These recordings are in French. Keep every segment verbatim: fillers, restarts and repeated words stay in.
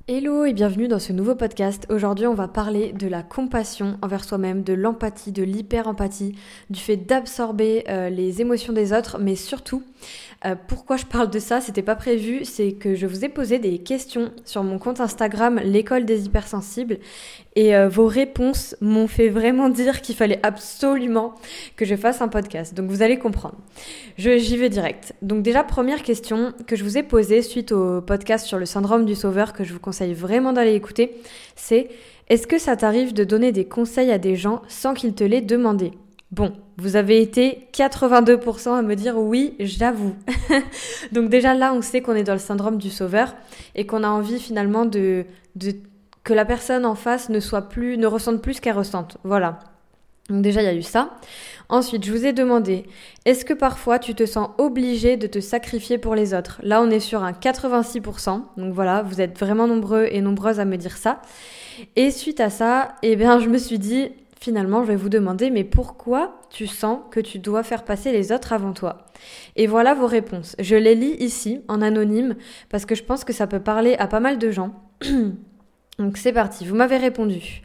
Hello et bienvenue dans ce nouveau podcast. Aujourd'hui, on va parler de la compassion envers soi-même, de l'empathie, de l'hyper-empathie, du fait d'absorber euh, les émotions des autres, mais surtout, euh, pourquoi je parle de ça, c'était pas prévu, c'est que je vous ai posé des questions sur mon compte Instagram, l'école des hypersensibles, et euh, vos réponses m'ont fait vraiment dire qu'il fallait absolument que je fasse un podcast. Donc vous allez comprendre. Je, j'y vais direct. Donc déjà, première question que je vous ai posée suite au podcast sur le syndrome du sauveur que je vous conseille vraiment d'aller écouter, c'est: est-ce que ça t'arrive de donner des conseils à des gens sans qu'ils te les demandé ? Bon, vous avez été quatre-vingt-deux pour cent à me dire oui, j'avoue. Donc déjà là, on sait qu'on est dans le syndrome du sauveur et qu'on a envie finalement de... de que la personne en face ne soit plus, ne ressente plus ce qu'elle ressente. Voilà. Donc déjà, il y a eu ça. Ensuite, je vous ai demandé, est-ce que parfois tu te sens obligé de te sacrifier pour les autres ? Là, on est sur un quatre-vingt-six pour cent. Donc voilà, vous êtes vraiment nombreux et nombreuses à me dire ça. Et suite à ça, eh bien, je me suis dit, finalement, je vais vous demander, mais pourquoi tu sens que tu dois faire passer les autres avant toi ? Et voilà vos réponses. Je les lis ici, en anonyme, parce que je pense que ça peut parler à pas mal de gens. Donc c'est parti, vous m'avez répondu.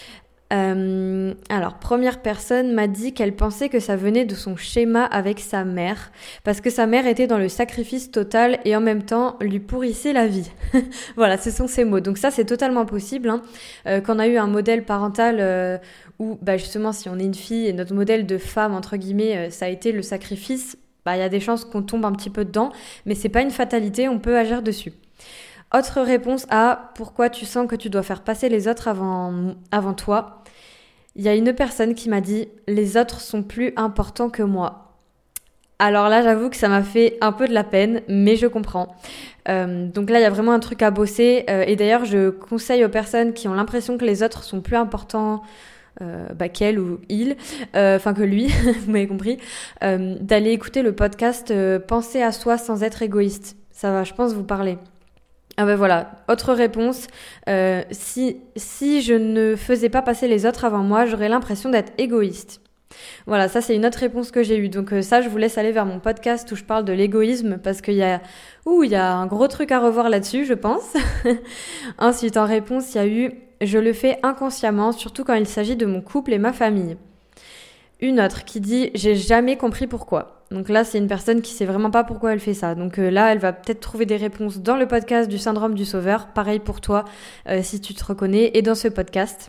Euh, alors, première personne m'a dit qu'elle pensait que ça venait de son schéma avec sa mère, parce que sa mère était dans le sacrifice total et en même temps lui pourrissait la vie. Voilà, ce sont ses mots. Donc ça, c'est totalement possible. Hein. Euh, quand on a eu un modèle parental euh, où, bah justement, si on est une fille et notre modèle de femme, entre guillemets, euh, ça a été le sacrifice, bah il y a des chances qu'on tombe un petit peu dedans, mais c'est pas une fatalité, on peut agir dessus. Autre réponse à pourquoi tu sens que tu dois faire passer les autres avant, avant toi. Il y a une personne qui m'a dit « les autres sont plus importants que moi ». Alors là, j'avoue que ça m'a fait un peu de la peine, mais je comprends. Euh, donc là, il y a vraiment un truc à bosser. Euh, et d'ailleurs, je conseille aux personnes qui ont l'impression que les autres sont plus importants euh, bah, qu'elle ou il, enfin euh, que lui, vous m'avez compris, euh, d'aller écouter le podcast euh, « Penser à soi sans être égoïste ». Ça va, je pense, vous parler. Ah ben voilà, autre réponse, euh, si, si je ne faisais pas passer les autres avant moi, j'aurais l'impression d'être égoïste. Voilà, ça c'est une autre réponse que j'ai eue. Donc euh, ça, je vous laisse aller vers mon podcast où je parle de l'égoïsme parce qu'il y a, ouh, il y a un gros truc à revoir là-dessus, je pense. Ensuite, en réponse, il y a eu « je le fais inconsciemment, surtout quand il s'agit de mon couple et ma famille ». Une autre qui dit « j'ai jamais compris pourquoi ». Donc là, c'est une personne qui sait vraiment pas pourquoi elle fait ça. Donc euh, là, elle va peut-être trouver des réponses dans le podcast du syndrome du sauveur. Pareil pour toi, euh, si tu te reconnais, et dans ce podcast.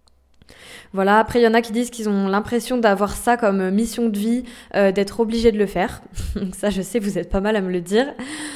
Voilà, après, il y en a qui disent qu'ils ont l'impression d'avoir ça comme mission de vie, euh, d'être obligé de le faire. Donc ça, je sais, vous êtes pas mal à me le dire.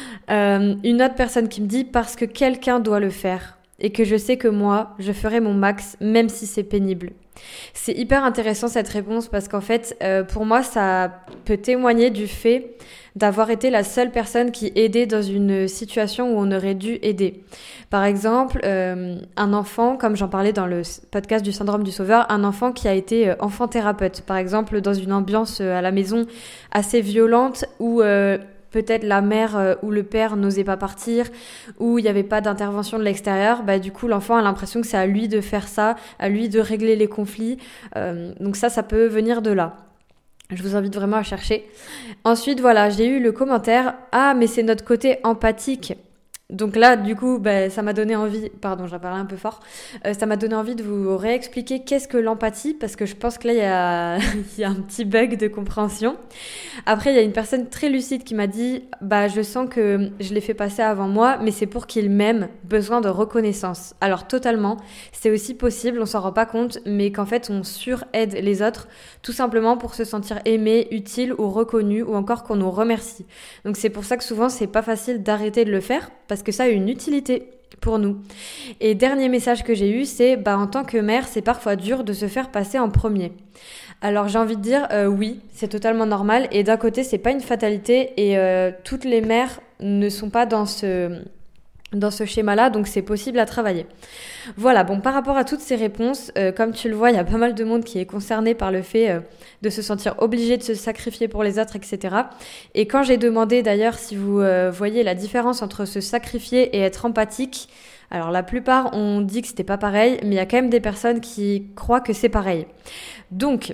Euh, une autre personne qui me dit « parce que quelqu'un doit le faire et que je sais que moi, je ferai mon max, même si c'est pénible ». C'est hyper intéressant cette réponse parce qu'en fait, euh, pour moi, ça peut témoigner du fait d'avoir été la seule personne qui aidait dans une situation où on aurait dû aider. Par exemple, euh, un enfant, comme j'en parlais dans le podcast du syndrome du sauveur, un enfant qui a été euh, enfant thérapeute, par exemple dans une ambiance euh, à la maison assez violente où euh, peut-être la mère euh, ou le père n'osait pas partir, ou il n'y avait pas d'intervention de l'extérieur, bah du coup l'enfant a l'impression que c'est à lui de faire ça, à lui de régler les conflits. Euh, donc ça, ça peut venir de là. Je vous invite vraiment à chercher. Ensuite, voilà, j'ai eu le commentaire « ah, mais c'est notre côté empathique ». Donc là, du coup, bah, ça m'a donné envie, pardon, j'en parlais un peu fort, euh, ça m'a donné envie de vous réexpliquer qu'est-ce que l'empathie, parce que je pense que là, il y a, il y a un petit bug de compréhension. Après, il y a une personne très lucide qui m'a dit, bah, je sens que je l'ai fait passer avant moi, mais c'est pour qu'il m'aime, besoin de reconnaissance. Alors, totalement, c'est aussi possible, on s'en rend pas compte, mais qu'en fait, on suraide les autres, tout simplement pour se sentir aimé, utile ou reconnu, ou encore qu'on nous remercie. Donc, c'est pour ça que souvent, c'est pas facile d'arrêter de le faire, parce que ça a une utilité pour nous. Et dernier message que j'ai eu, c'est bah, en tant que mère, c'est parfois dur de se faire passer en premier. Alors j'ai envie de dire euh, oui, c'est totalement normal. Et d'un côté, c'est pas une fatalité et euh, toutes les mères ne sont pas dans ce dans ce schéma-là, donc c'est possible à travailler. Voilà, bon, par rapport à toutes ces réponses, euh, comme tu le vois, il y a pas mal de monde qui est concerné par le fait euh, de se sentir obligé de se sacrifier pour les autres, et cetera. Et quand j'ai demandé d'ailleurs si vous euh, voyez la différence entre se sacrifier et être empathique, alors la plupart ont dit que c'était pas pareil, mais il y a quand même des personnes qui croient que c'est pareil. Donc,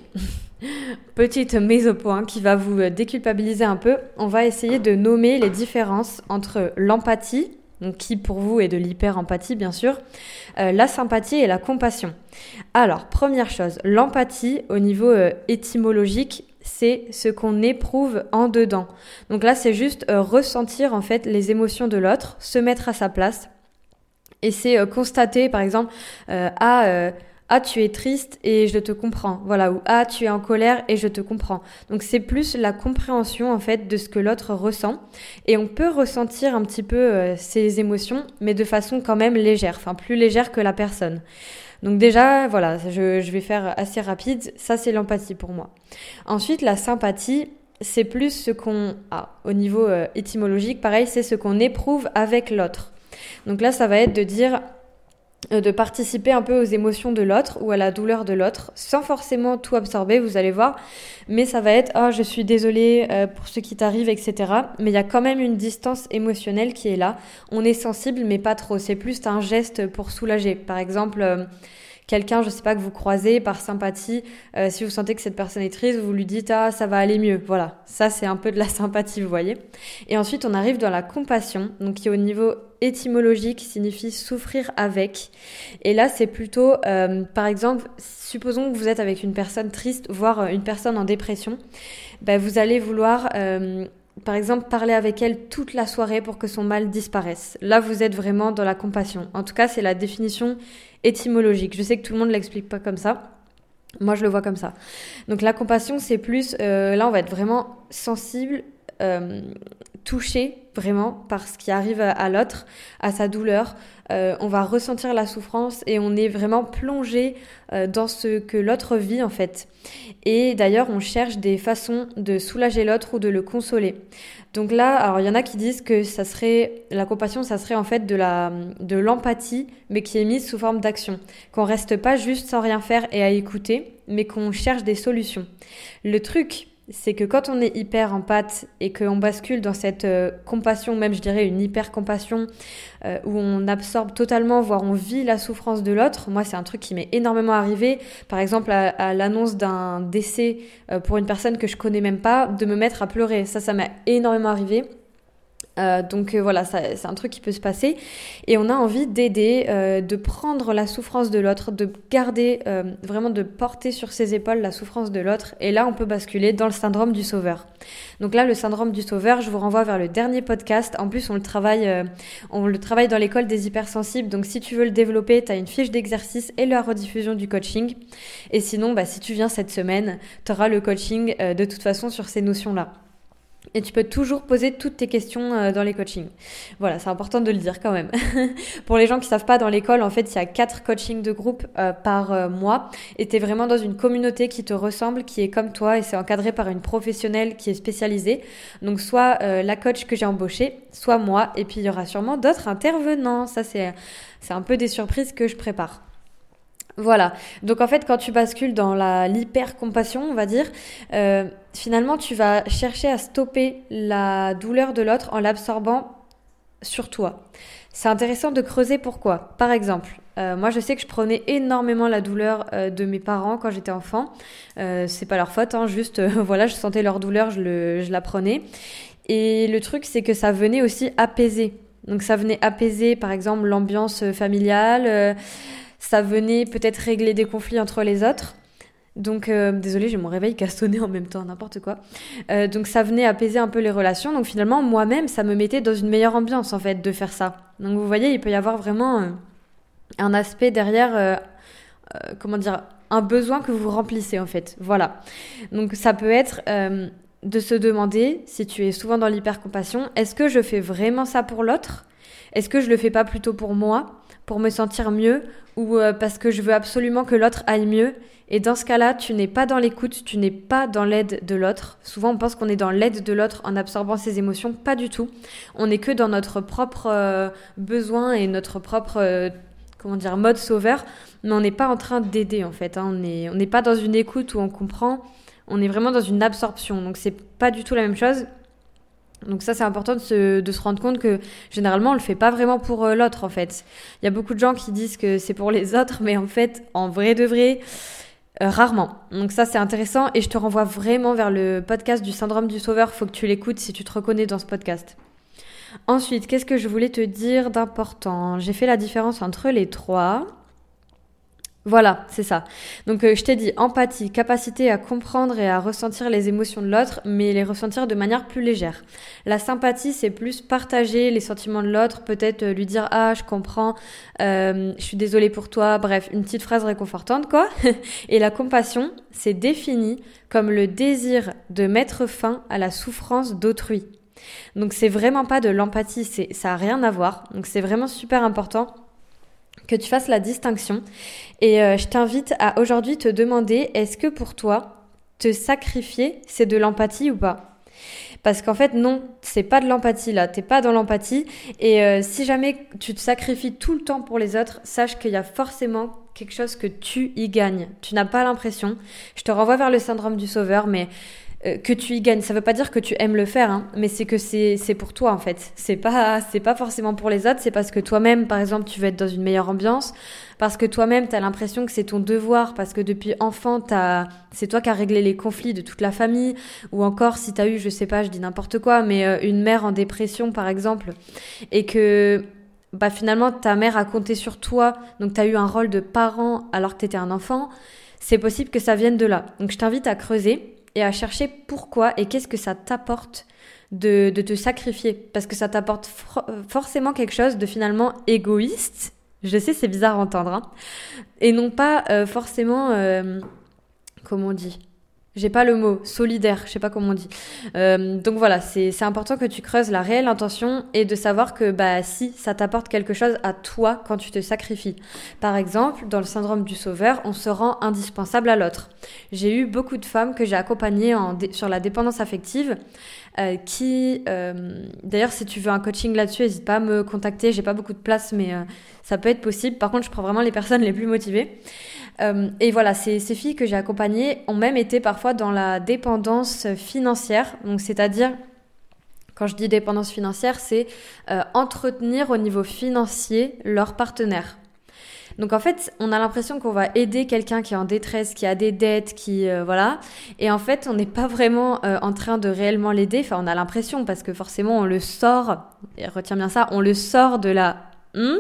petite mise au point qui va vous déculpabiliser un peu, on va essayer de nommer les différences entre l'empathie, donc qui pour vous est de l'hyper-empathie bien sûr, euh, la sympathie et la compassion. Alors, première chose, l'empathie au niveau euh, étymologique, c'est ce qu'on éprouve en dedans. Donc là, c'est juste euh, ressentir en fait les émotions de l'autre, se mettre à sa place. Et c'est euh, constater, par exemple, euh, ah, euh, ah, tu es triste et je te comprends. Voilà, ou ah, tu es en colère et je te comprends. Donc c'est plus la compréhension en fait de ce que l'autre ressent. Et on peut ressentir un petit peu euh, ces émotions, mais de façon quand même légère, enfin plus légère que la personne. Donc déjà, voilà, je, je vais faire assez rapide. Ça, c'est l'empathie pour moi. Ensuite, la sympathie, c'est plus ce qu'on... Ah, au niveau euh, étymologique, pareil, c'est ce qu'on éprouve avec l'autre. Donc là, ça va être de dire... Euh, de participer un peu aux émotions de l'autre ou à la douleur de l'autre, sans forcément tout absorber, vous allez voir. Mais ça va être « Ah, oh, je suis désolée euh, pour ce qui t'arrive, et cetera » Mais il y a quand même une distance émotionnelle qui est là. On est sensible, mais pas trop. C'est plus un geste pour soulager. Par exemple... Euh, Quelqu'un, je sais pas, que vous croisez par sympathie, euh, si vous sentez que cette personne est triste, vous lui dites « Ah, ça va aller mieux ». Voilà, ça c'est un peu de la sympathie, vous voyez. Et ensuite, on arrive dans la compassion, donc qui au niveau étymologique signifie souffrir avec. Et là, c'est plutôt, euh, par exemple, supposons que vous êtes avec une personne triste, voire une personne en dépression, ben, vous allez vouloir... Euh, Par exemple, parler avec elle toute la soirée pour que son mal disparaisse. Là, vous êtes vraiment dans la compassion. En tout cas, c'est la définition étymologique. Je sais que tout le monde ne l'explique pas comme ça. Moi, je le vois comme ça. Donc, la compassion, c'est plus... Euh, là, on va être vraiment sensible, euh, touché vraiment par ce qui arrive à, à l'autre, à sa douleur. Euh, on va ressentir la souffrance et on est vraiment plongé euh, dans ce que l'autre vit en fait. Et d'ailleurs, on cherche des façons de soulager l'autre ou de le consoler. Donc là, alors il y en a qui disent que ça serait la compassion, ça serait en fait de la de l'empathie, mais qui est mise sous forme d'action. Qu'on reste pas juste sans rien faire et à écouter, mais qu'on cherche des solutions. Le truc, c'est que quand on est hyper empathe et qu'on bascule dans cette euh, compassion, même je dirais une hyper compassion, euh, où on absorbe totalement, voire on vit la souffrance de l'autre. Moi, c'est un truc qui m'est énormément arrivé. Par exemple, à, à l'annonce d'un décès euh, pour une personne que je connais même pas, de me mettre à pleurer. Ça, ça m'est énormément arrivé. Euh, donc euh, voilà, ça, c'est un truc qui peut se passer et on a envie d'aider, euh, de prendre la souffrance de l'autre, de garder, euh, vraiment de porter sur ses épaules la souffrance de l'autre et là on peut basculer dans le syndrome du sauveur. Donc là le syndrome du sauveur, je vous renvoie vers le dernier podcast, en plus on le travaille, euh, on le travaille dans l'école des hypersensibles, donc si tu veux le développer, tu as une fiche d'exercice et la rediffusion du coaching et sinon bah, si tu viens cette semaine, tu auras le coaching euh, de toute façon sur ces notions-là. Et tu peux toujours poser toutes tes questions dans les coachings. Voilà, c'est important de le dire quand même. Pour les gens qui savent pas, dans l'école, en fait, il y a quatre coachings de groupe euh, par euh, mois. Et tu es vraiment dans une communauté qui te ressemble, qui est comme toi, et c'est encadré par une professionnelle qui est spécialisée. Donc, soit euh, la coach que j'ai embauchée, soit moi. Et puis, il y aura sûrement d'autres intervenants. Ça, c'est, c'est un peu des surprises que je prépare. Voilà, donc en fait quand tu bascules dans la l'hyper-compassion, on va dire, euh, finalement tu vas chercher à stopper la douleur de l'autre en l'absorbant sur toi. C'est intéressant de creuser pourquoi. Par exemple, euh, moi je sais que je prenais énormément la douleur euh, de mes parents quand j'étais enfant. Euh, c'est pas leur faute, hein, juste euh, voilà, je sentais leur douleur, je, le, je la prenais. Et le truc c'est que ça venait aussi apaiser. Donc ça venait apaiser par exemple l'ambiance familiale, euh, ça venait peut-être régler des conflits entre les autres. Donc, euh, désolée, j'ai mon réveil qui a sonné en même temps, n'importe quoi. Euh, donc, ça venait apaiser un peu les relations. Donc, finalement, moi-même, ça me mettait dans une meilleure ambiance, en fait, de faire ça. Donc, vous voyez, il peut y avoir vraiment euh, un aspect derrière, euh, euh, comment dire, un besoin que vous remplissez, en fait. Voilà. Donc, ça peut être euh, de se demander, si tu es souvent dans l'hypercompassion, est-ce que je fais vraiment ça pour l'autre ? Est-ce que je le fais pas plutôt pour moi, pour me sentir mieux, ou euh, parce que je veux absolument que l'autre aille mieux? Et dans ce cas-là, tu n'es pas dans l'écoute, tu n'es pas dans l'aide de l'autre. Souvent, on pense qu'on est dans l'aide de l'autre en absorbant ses émotions. Pas du tout. On n'est que dans notre propre euh, besoin et notre propre euh, comment dire, mode sauveur, mais on n'est pas en train d'aider en fait. Hein. On n'est on n'est pas dans une écoute où on comprend. On est vraiment dans une absorption. Donc, c'est pas du tout la même chose. Donc ça, c'est important de se, de se rendre compte que généralement, on le fait pas vraiment pour euh, l'autre en fait. Il y a beaucoup de gens qui disent que c'est pour les autres, mais en fait, en vrai de vrai, euh, rarement. Donc ça, c'est intéressant et je te renvoie vraiment vers le podcast du syndrome du sauveur. Faut que tu l'écoutes si tu te reconnais dans ce podcast. Ensuite, qu'est-ce que je voulais te dire d'important? J'ai fait la différence entre les trois. Voilà, c'est ça. Donc euh, je t'ai dit empathie, capacité à comprendre et à ressentir les émotions de l'autre, mais les ressentir de manière plus légère. La sympathie, c'est plus partager les sentiments de l'autre, peut-être euh, lui dire ah je comprends, euh, je suis désolée pour toi, bref, une petite phrase réconfortante quoi. Et la compassion, c'est défini comme le désir de mettre fin à la souffrance d'autrui. Donc c'est vraiment pas de l'empathie, c'est ça a rien à voir. Donc c'est vraiment super important que tu fasses la distinction. Et euh, je t'invite à aujourd'hui te demander, est-ce que pour toi, te sacrifier, c'est de l'empathie ou pas? Parce qu'en fait, non, c'est pas de l'empathie là, t'es pas dans l'empathie. Et euh, si jamais tu te sacrifies tout le temps pour les autres, sache qu'il y a forcément quelque chose que tu y gagnes. Tu n'as pas l'impression. Je te renvoie vers le syndrome du sauveur, mais euh, que tu y gagnes, ça veut pas dire que tu aimes le faire, hein, mais c'est que c'est c'est pour toi en fait. C'est pas c'est pas forcément pour les autres, c'est parce que toi-même, par exemple, tu veux être dans une meilleure ambiance, parce que toi-même, t'as l'impression que c'est ton devoir, parce que depuis enfant, t'as c'est toi qui as réglé les conflits de toute la famille, ou encore si t'as eu, je sais pas, je dis n'importe quoi, mais euh, une mère en dépression par exemple, et que bah finalement ta mère a compté sur toi, donc t'as eu un rôle de parent alors que t'étais un enfant, c'est possible que ça vienne de là. Donc je t'invite à creuser et à chercher pourquoi et qu'est-ce que ça t'apporte de, de te sacrifier. Parce que ça t'apporte for- forcément quelque chose de finalement égoïste. Je sais, c'est bizarre à entendre. Hein. Et non pas euh, forcément... Euh, comment on dit ? J'ai pas le mot, solidaire, je sais pas comment on dit. Euh, donc voilà, c'est, c'est important que tu creuses la réelle intention et de savoir que bah si ça t'apporte quelque chose à toi quand tu te sacrifies. Par exemple, dans le syndrome du sauveur, on se rend indispensable à l'autre. J'ai eu beaucoup de femmes que j'ai accompagnées en dé- sur la dépendance affective euh, qui, euh, d'ailleurs si tu veux un coaching là-dessus, n'hésite pas à me contacter, j'ai pas beaucoup de place mais euh, ça peut être possible. Par contre, je prends vraiment les personnes les plus motivées. Euh, et voilà, ces, ces filles que j'ai accompagnées ont même été parfois dans la dépendance financière. Donc, c'est-à-dire, quand je dis dépendance financière, c'est euh, entretenir au niveau financier leur partenaire. Donc en fait, on a l'impression qu'on va aider quelqu'un qui est en détresse, qui a des dettes, qui euh, voilà. Et en fait, on n'est pas vraiment euh, en train de réellement l'aider. Enfin, on a l'impression parce que forcément, on le sort. Et retiens bien ça, on le sort de la Hmm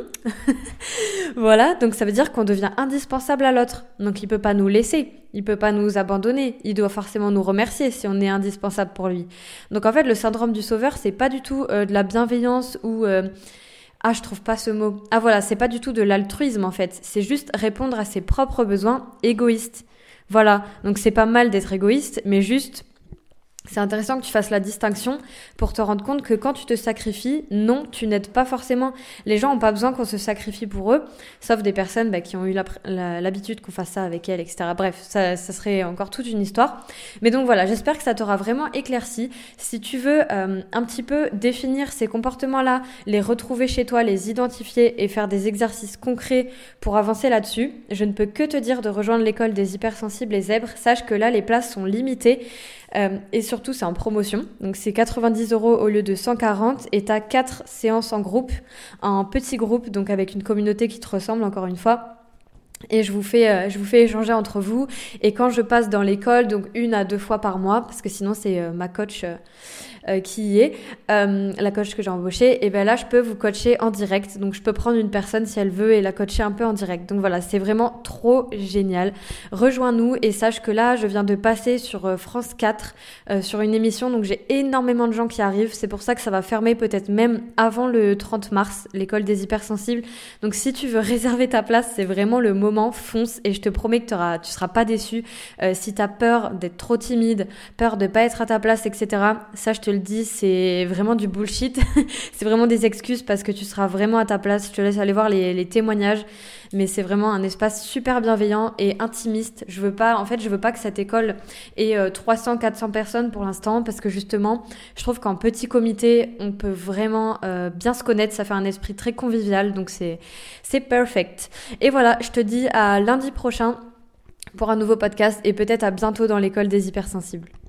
voilà, donc ça veut dire qu'on devient indispensable à l'autre. Donc il peut pas nous laisser, il peut pas nous abandonner, il doit forcément nous remercier si on est indispensable pour lui. Donc en fait, le syndrome du sauveur, c'est pas du tout euh, de la bienveillance ou euh, ah, je trouve pas ce mot. Ah voilà, c'est pas du tout de l'altruisme en fait, c'est juste répondre à ses propres besoins égoïstes. Voilà, donc c'est pas mal d'être égoïste, mais juste c'est intéressant que tu fasses la distinction pour te rendre compte que quand tu te sacrifies, non, tu n'aides pas forcément. Les gens n'ont pas besoin qu'on se sacrifie pour eux, sauf des personnes bah, qui ont eu la, la, l'habitude qu'on fasse ça avec elles, et cetera. Bref, ça, ça serait encore toute une histoire. Mais donc voilà, j'espère que ça t'aura vraiment éclairci. Si tu veux euh, un petit peu définir ces comportements-là, les retrouver chez toi, les identifier et faire des exercices concrets pour avancer là-dessus, je ne peux que te dire de rejoindre l'école des hypersensibles et zèbres. Sache que là, les places sont limitées. Euh, et surtout, c'est en promotion. Donc, c'est quatre-vingt-dix euros au lieu de cent quarante. Et tu as quatre séances en groupe, en petit groupe, donc avec une communauté qui te ressemble, encore une fois. Et je vous fais, euh, je vous fais échanger entre vous. Et quand je passe dans l'école, donc une à deux fois par mois, parce que sinon, c'est euh, ma coach euh, euh, qui y est, euh, la coach que j'ai embauchée, et ben là, je peux vous coacher en direct. Donc, je peux prendre une personne si elle veut et la coacher un peu en direct. Donc voilà, c'est vraiment trop génial. Rejoins-nous et sache que là, je viens de passer sur euh, France quatre, euh, sur une émission. Donc, j'ai énormément de gens qui arrivent. C'est pour ça que ça va fermer peut-être même avant le trente mars, l'école des hypersensibles. Donc, si tu veux réserver ta place, c'est vraiment le moment, fonce. Et je te promets que t'auras, tu seras pas déçu. Euh, si tu as peur d'être trop timide, peur de pas être à ta place, et cetera, ça, je te le dis, c'est vraiment du bullshit. C'est vraiment des excuses parce que tu seras vraiment à ta place. Je te laisse aller voir les, les témoignages, mais c'est vraiment un espace super bienveillant et intimiste. Je veux pas, en fait, je veux pas que cette école ait euh, trois cents, quatre cents personnes pour l'instant parce que justement, je trouve qu'en petit comité, on peut vraiment euh, bien se connaître. Ça fait un esprit très convivial, donc c'est, c'est perfect. Et voilà, je te dis à lundi prochain pour un nouveau podcast et peut-être à bientôt dans l'école des hypersensibles.